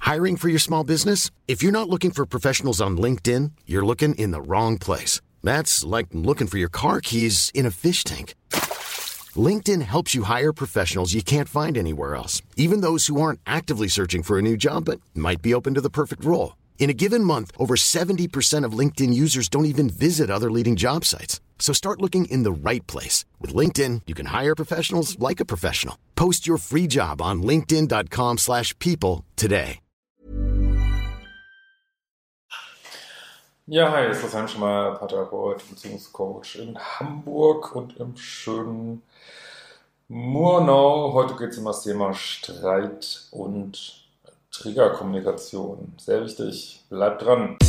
Hiring for your small business? If you're not looking for professionals on LinkedIn, you're looking in the wrong place. That's like looking for your car keys in a fish tank. LinkedIn helps you hire professionals you can't find anywhere else, even those who aren't actively searching for a new job but might be open to the perfect role. In a given month, over 70% of LinkedIn users don't even visit other leading job sites. So start looking in the right place. With LinkedIn, you can hire professionals like a professional. Post your free job on linkedin.com/people today. Ja, hi, ist das Hemschmeier, Paartherapeut, Beziehungscoach in Hamburg und im schönen Murnau. Heute geht es um das Thema Streit und Triggerkommunikation. Sehr wichtig, bleibt dran.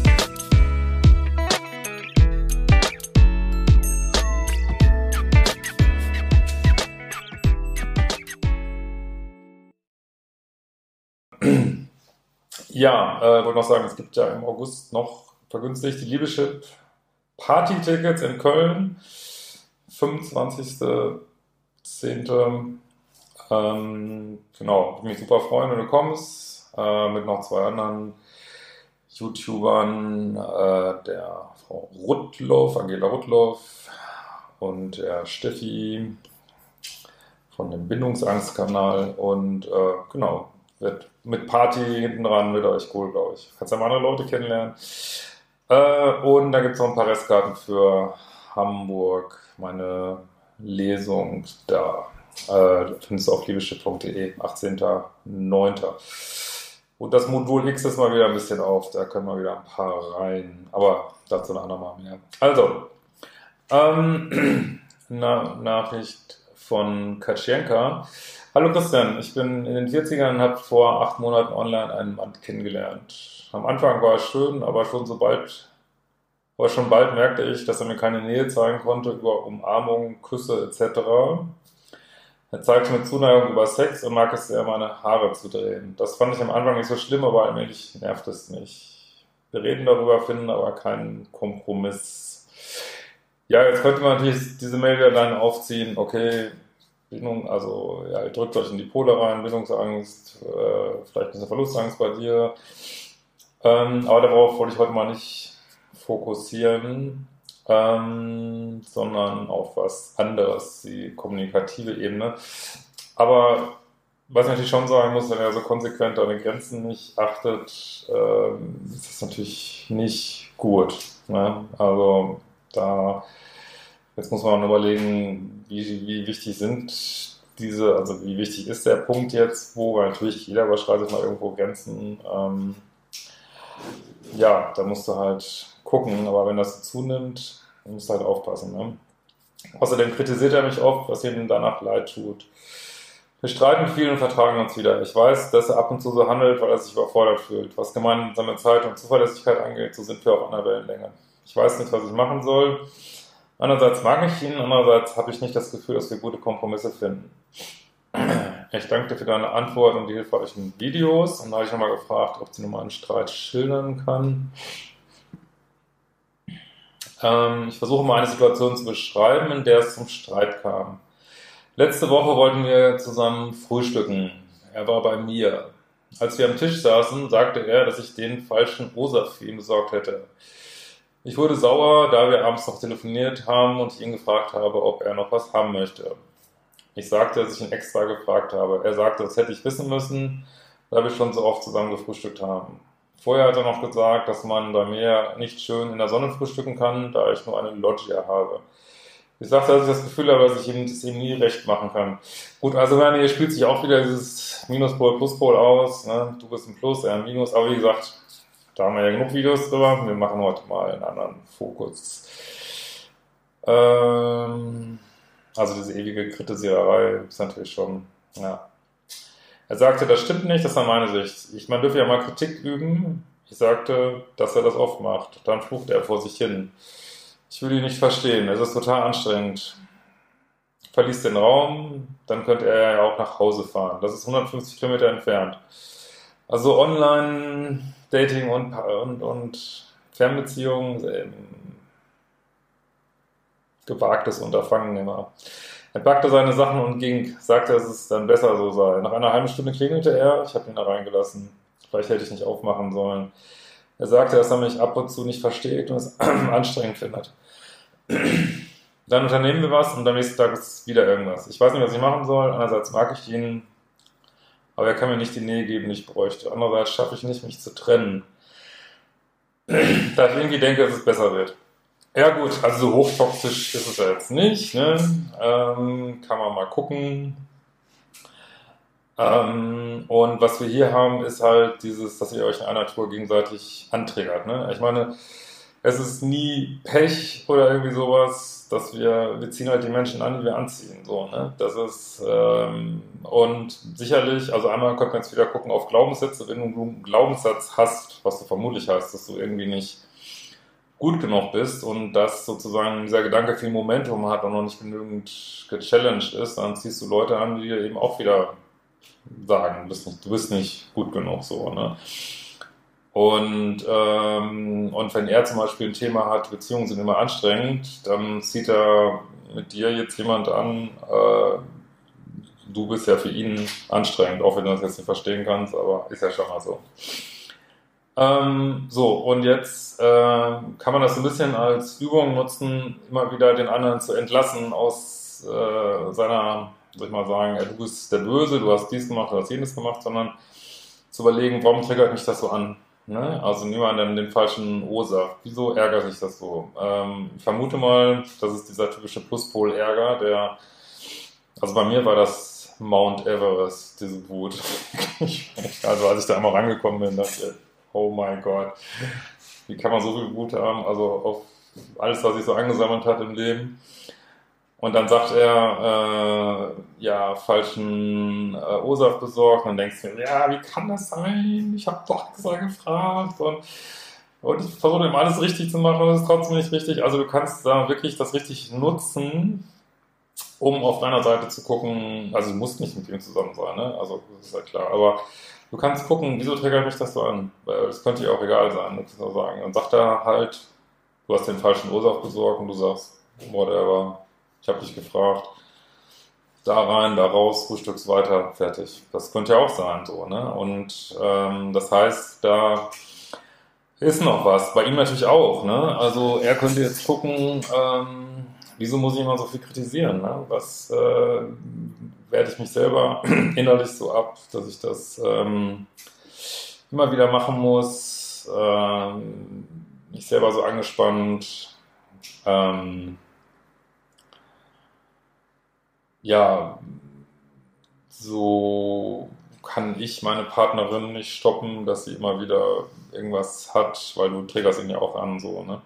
Ja, wollte noch sagen, es gibt ja im August noch vergünstigt die Liebeschip Party-Tickets in Köln. 25.10. Genau, würde mich super freuen, wenn du kommst. Mit noch 2 anderen YouTubern, der Frau Rudloff, Angela Rudloff und der Steffi von dem Bindungsangstkanal. Und genau, wird mit Party hinten dran, wird euch cool, glaube ich. Kannst ja mal andere Leute kennenlernen. Und da gibt es noch ein paar Restkarten für Hamburg, meine Lesung da. Findest du auf liebeschip.de, 18.09. Und das Modul X ist mal wieder ein bisschen auf, da können wir wieder ein paar rein. Aber dazu nachher mal mehr. Also, Nachricht von Katschenka. Hallo Christian, ich bin in den 40ern und habe vor 8 Monaten online einen Mann kennengelernt. Am Anfang war es schön, aber schon bald merkte ich, dass er mir keine Nähe zeigen konnte über Umarmung, Küsse etc. Er zeigte mir Zuneigung über Sex und mag es sehr, meine Haare zu drehen. Das fand ich am Anfang nicht so schlimm, aber allmählich nervt es mich. Wir reden darüber, finden aber keinen Kompromiss. Ja, jetzt könnte man natürlich diese Mail wieder dann aufziehen, okay, Bindung, also ja, ihr drückt euch in die Pole rein, Bindungsangst, vielleicht ein bisschen Verlustangst bei dir. Aber darauf wollte ich heute mal nicht fokussieren, sondern auf was anderes, die kommunikative Ebene. Aber was ich natürlich schon sagen muss, wenn er so konsequent deine Grenzen nicht achtet, ist das natürlich nicht gut. Ne? Also jetzt muss man überlegen, wie wichtig sind also wie wichtig ist der Punkt jetzt, weil natürlich jeder überschreitet mal irgendwo Grenzen. Ja, da musst du halt gucken, aber wenn das zunimmt, musst du halt aufpassen. Ne? Außerdem kritisiert er mich oft, was ihm danach leid tut. Wir streiten viel und vertragen uns wieder. Ich weiß, dass er ab und zu so handelt, weil er sich überfordert fühlt. Was gemeinsame Zeit und Zuverlässigkeit angeht, so sind wir auf einer Wellenlänge. Ich weiß nicht, was ich machen soll. Einerseits mag ich ihn, andererseits habe ich nicht das Gefühl, dass wir gute Kompromisse finden. Ich danke dir für deine Antwort und die hilfreichen Videos. Und da habe ich nochmal gefragt, ob sie nochmal einen Streit schildern kann. Ich versuche mal eine Situation zu beschreiben, in der es zum Streit kam. Letzte Woche wollten wir zusammen frühstücken. Er war bei mir. Als wir am Tisch saßen, sagte er, dass ich den falschen O-Saft für ihn besorgt hätte. Ich wurde sauer, da wir abends noch telefoniert haben und ich ihn gefragt habe, ob er noch was haben möchte. Ich sagte, dass ich ihn extra gefragt habe. Er sagte, das hätte ich wissen müssen, da wir schon so oft zusammen gefrühstückt haben. Vorher hat er noch gesagt, dass man bei mir nicht schön in der Sonne frühstücken kann, da ich nur eine Loggia habe. Ich sagte, dass ich das Gefühl habe, dass ich ihm das nie recht machen kann. Gut, also hier spielt sich auch wieder dieses Minuspol, Pluspol aus. Ne? Du bist ein Plus, er ein Minus. Aber wie gesagt, da haben wir ja genug Videos drüber. Wir machen heute mal einen anderen Fokus. Also diese ewige Kritisiererei ist natürlich schon, ja. Er sagte, das stimmt nicht, das war meine Sicht. Man dürfe ja mal Kritik üben. Ich sagte, dass er das oft macht. Dann fluchte er vor sich hin. Ich will ihn nicht verstehen, es ist total anstrengend. Verließ den Raum, dann könnte er ja auch nach Hause fahren. Das ist 150 Kilometer entfernt. Also Online-Dating und Fernbeziehung, gewagtes Unterfangen immer. Er packte seine Sachen und ging, sagte, dass es dann besser so sei. Nach einer halben Stunde klingelte er, ich habe ihn da reingelassen. vielleicht hätte ich nicht aufmachen sollen. Er sagte, dass er mich ab und zu nicht versteht und es anstrengend findet. Dann unternehmen wir was und am nächsten Tag ist wieder irgendwas. Ich weiß nicht, was ich machen soll. Einerseits mag ich ihn, aber er kann mir nicht die Nähe geben, die ich bräuchte. Andererseits schaffe ich nicht, mich zu trennen. Da ich irgendwie denke, dass es besser wird. Ja gut, also so hochtoxisch ist es ja jetzt nicht. Ne? Kann man mal gucken. Und was wir hier haben, ist halt dieses, dass ihr euch in einer Tour gegenseitig antriggert. Ne? Ich meine, es ist nie Pech oder irgendwie sowas, dass wir ziehen halt die Menschen an, die wir anziehen. So, ne? Das ist, und sicherlich, also einmal könnte man jetzt wieder gucken auf Glaubenssätze. Wenn du einen Glaubenssatz hast, was du vermutlich hast, dass du irgendwie nicht gut genug bist und dass sozusagen dieser Gedanke viel Momentum hat und noch nicht genügend gechallenged ist, dann ziehst du Leute an, die dir eben auch wieder sagen, du bist nicht gut genug so, ne? Und wenn er zum Beispiel ein Thema hat, Beziehungen sind immer anstrengend, dann zieht er mit dir jetzt jemand an, du bist ja für ihn anstrengend, auch wenn du das jetzt nicht verstehen kannst, aber ist ja schon mal so. So, und jetzt kann man das so ein bisschen als Übung nutzen, immer wieder den anderen zu entlassen aus seiner, soll ich mal sagen, ja, du bist der Böse, du hast dies gemacht, du hast jenes gemacht, sondern zu überlegen, warum triggert mich das so an? Ne? Also nehmen wir dann den falschen O-Saft. Wieso ärgert sich das so? Ich vermute mal, das ist dieser typische Pluspol-Ärger, also bei mir war das Mount Everest, diese Wut. Also als ich da einmal rangekommen bin, dachte ich, oh mein Gott, wie kann man so viel Wut haben? Also auf alles, was sich so angesammelt hat im Leben. Und dann sagt er, ja, falschen O-Saft besorgt. Und dann denkst du mir, ja, wie kann das sein? Ich habe doch extra gefragt. Und ich versuche immer alles richtig zu machen und es ist trotzdem nicht richtig. Also du kannst da wirklich das richtig nutzen, um auf deiner Seite zu gucken. Also du musst nicht mit ihm zusammen sein, ne? Also das ist ja klar. Aber du kannst gucken, wieso triggert mich das so an? Weil das könnte dir auch egal sein, du kannst auch sagen. Dann sagt er halt, du hast den falschen O-Saft besorgt und du sagst, whatever. Ich habe dich gefragt, da rein, da raus, frühstückst weiter, fertig. Das könnte ja auch sein, so, ne? Und das heißt, da ist noch was. Bei ihm natürlich auch, ne? Also er könnte jetzt gucken, wieso muss ich immer so viel kritisieren, ne? Was werde ich mich selber innerlich so ab, dass ich das immer wieder machen muss, mich selber so angespannt, ja, so kann ich meine Partnerin nicht stoppen, dass sie immer wieder irgendwas hat, weil du triggerst ihn ja auch an, so, ne?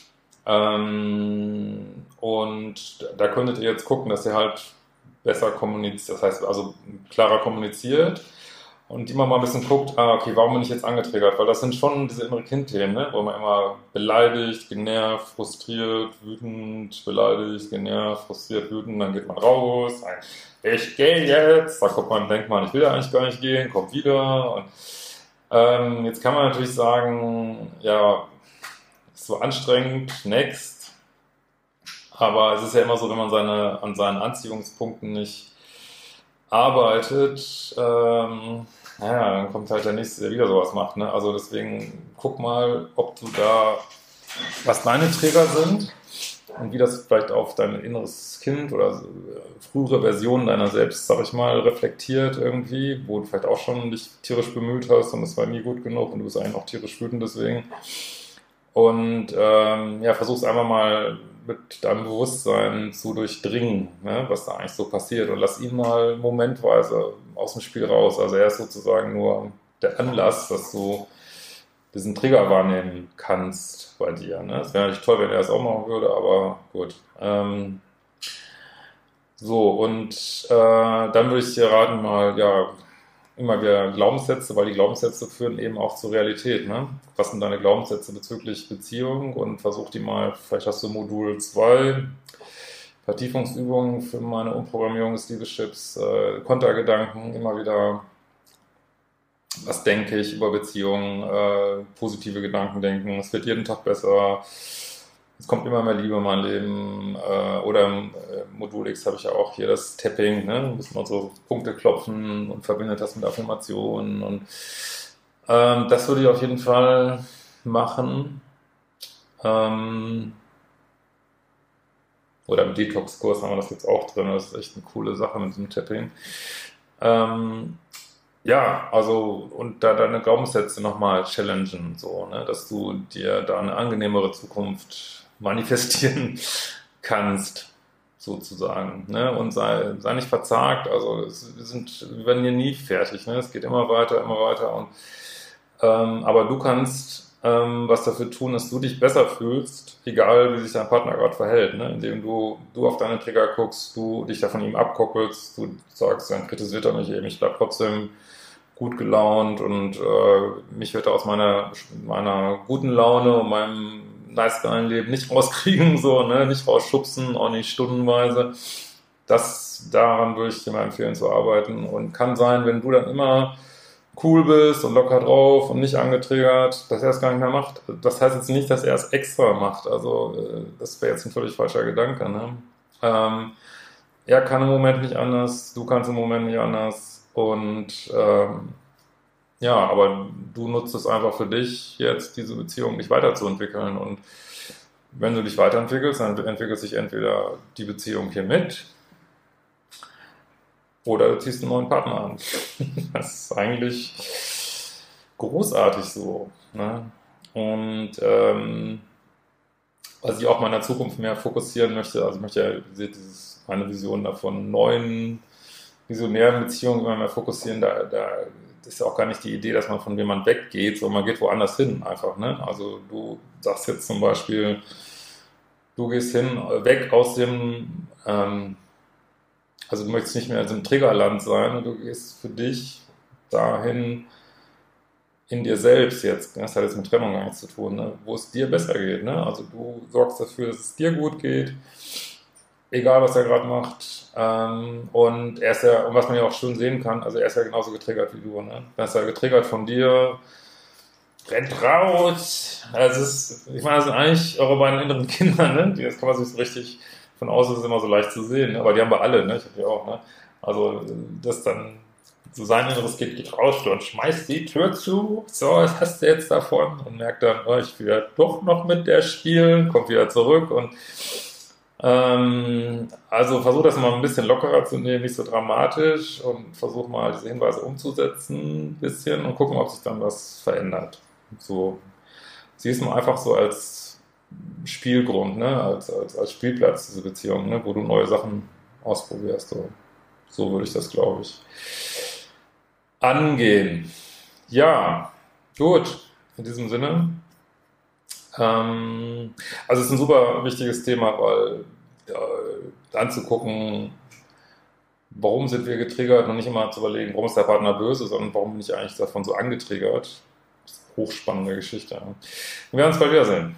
Und da könntet ihr jetzt gucken, dass ihr halt besser kommuniziert, das heißt also klarer kommuniziert und immer mal ein bisschen guckt, okay, warum bin ich jetzt angetriggert? Weil das sind schon diese innere Kindthemen, ne? Wo man immer beleidigt, genervt, frustriert, wütend, beleidigt, genervt, frustriert, wütend, dann geht man raus, ich gehe jetzt, da denkt man, ich will ja eigentlich gar nicht gehen, kommt wieder und jetzt kann man natürlich sagen, ja, ist so anstrengend, next, aber es ist ja immer so, wenn man an seinen Anziehungspunkten nicht arbeitet, naja, dann kommt halt der Nächste, der wieder sowas macht, ne? Also deswegen guck mal, ob du da, was deine Trigger sind und wie das vielleicht auf dein inneres Kind oder frühere Versionen deiner selbst, sag ich mal, reflektiert irgendwie, wo du vielleicht auch schon dich tierisch bemüht hast und es war nie gut genug und du bist eigentlich auch tierisch wütend deswegen. Und ja, versuch's einfach mal mit deinem Bewusstsein zu durchdringen, ne, was da eigentlich so passiert und lass ihn mal momentweise aus dem Spiel raus. Also er ist sozusagen nur der Anlass, dass du diesen Trigger wahrnehmen kannst bei dir. Ne? Es wäre natürlich toll, wenn er es auch machen würde, aber gut. So, und dann würde ich dir raten, mal, ja, immer wieder Glaubenssätze, weil die Glaubenssätze führen eben auch zur Realität. Ne? Was sind deine Glaubenssätze bezüglich Beziehung? Und versuch die mal, vielleicht hast du Modul 2, Vertiefungsübungen für meine Umprogrammierung des Liebeschips, Kontergedanken, immer wieder, was denke ich über Beziehungen, positive Gedanken denken, es wird jeden Tag besser, es kommt immer mehr Liebe in mein Leben, oder im Modul X habe ich ja auch hier das Tapping, ne? Ein bisschen unsere Punkte klopfen und verbindet das mit Affirmationen und Das würde ich auf jeden Fall machen. Oder im Detox-Kurs haben wir das jetzt auch drin. Das ist echt eine coole Sache mit dem Tapping. Ja, also und da deine Glaubenssätze nochmal challengen, so, ne, dass du dir da eine angenehmere Zukunft manifestieren kannst, sozusagen, ne, und sei nicht verzagt, also wir werden hier nie fertig, ne, es geht immer weiter und aber du kannst was dafür tun, dass du dich besser fühlst, egal wie sich dein Partner gerade verhält, ne? Indem du auf deine Trigger guckst, du dich da von ihm abkoppelst, du sagst, dann kritisiert er mich eben, ich bleib trotzdem gut gelaunt und mich wird er aus meiner guten Laune und meinem nice geilen Leben nicht rauskriegen, so, ne? Nicht rausschubsen, auch nicht stundenweise. Daran würde ich dir mal empfehlen zu arbeiten und kann sein, wenn du dann immer cool bist und locker drauf und nicht angetriggert, dass er es gar nicht mehr macht. Das heißt jetzt nicht, dass er es extra macht. Also das wäre jetzt ein völlig falscher Gedanke. Ne? Er kann im Moment nicht anders, du kannst im Moment nicht anders. Und ja, aber du nutzt es einfach für dich, jetzt diese Beziehung nicht weiterzuentwickeln. Und wenn du dich weiterentwickelst, dann entwickelt sich entweder die Beziehung hier mit, oder du ziehst einen neuen Partner an. Das ist eigentlich großartig so. Ne? Und was ich auch mal in der Zukunft mehr fokussieren möchte, also ich möchte ja meine Vision davon, neuen visionären Beziehungen immer mehr fokussieren, da ist ja auch gar nicht die Idee, dass man von jemandem weggeht, sondern man geht woanders hin einfach. Ne? Also du sagst jetzt zum Beispiel, du gehst weg aus dem also du möchtest nicht mehr in so einem Triggerland sein und du gehst für dich dahin in dir selbst jetzt. Das hat jetzt mit Trennung gar nichts zu tun, ne? Wo es dir besser geht. Ne? Also du sorgst dafür, dass es dir gut geht, egal was er gerade macht. Und er ist ja, und was man ja auch schon sehen kann, also er ist ja genauso getriggert wie du. Ne? Er ist ja getriggert von dir, rennt raus. Also ich meine, das sind eigentlich eure beiden inneren Kinder, ne? Das kann man sich so richtig. Von außen ist es immer so leicht zu sehen, ne? Aber die haben wir alle, ne? Ich habe die auch, ne? Also, das dann so sein Inneres geht raus und schmeißt die Tür zu, so, was hast du jetzt davon? Und merkt dann, oh, ich will ja doch noch mit der spielen, kommt wieder zurück und also versuch das mal ein bisschen lockerer zu nehmen, nicht so dramatisch und versuch mal diese Hinweise umzusetzen, ein bisschen und gucken, ob sich dann was verändert. So, siehst du einfach so als Spielgrund, ne? als Spielplatz, diese Beziehung, ne? Wo du neue Sachen ausprobierst. So würde ich das, glaube ich, angehen. Ja, gut, in diesem Sinne. Also es ist ein super wichtiges Thema, weil anzugucken, warum sind wir getriggert und nicht immer zu überlegen, warum ist der Partner böse, sondern warum bin ich eigentlich davon so angetriggert. Das ist eine hochspannende Geschichte. Wir werden uns bald wiedersehen.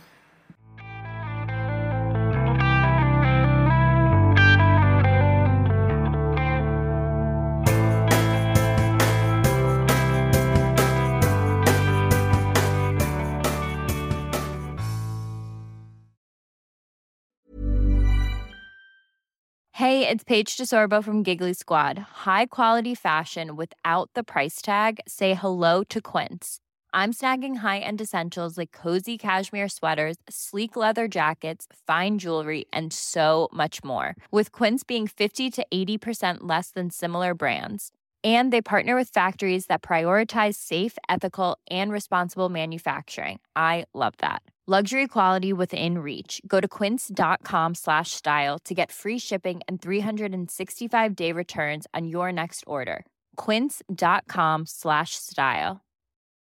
Hey, it's Paige DeSorbo from Giggly Squad. High quality fashion without the price tag. Say hello to Quince. I'm snagging high-end essentials like cozy cashmere sweaters, sleek leather jackets, fine jewelry, and so much more. With Quince being 50 to 80% less than similar brands. And they partner with factories that prioritize safe, ethical, and responsible manufacturing. I love that. Luxury quality within reach. Go to quince.com/style to get free shipping and 365-day returns on your next order. Quince.com/style.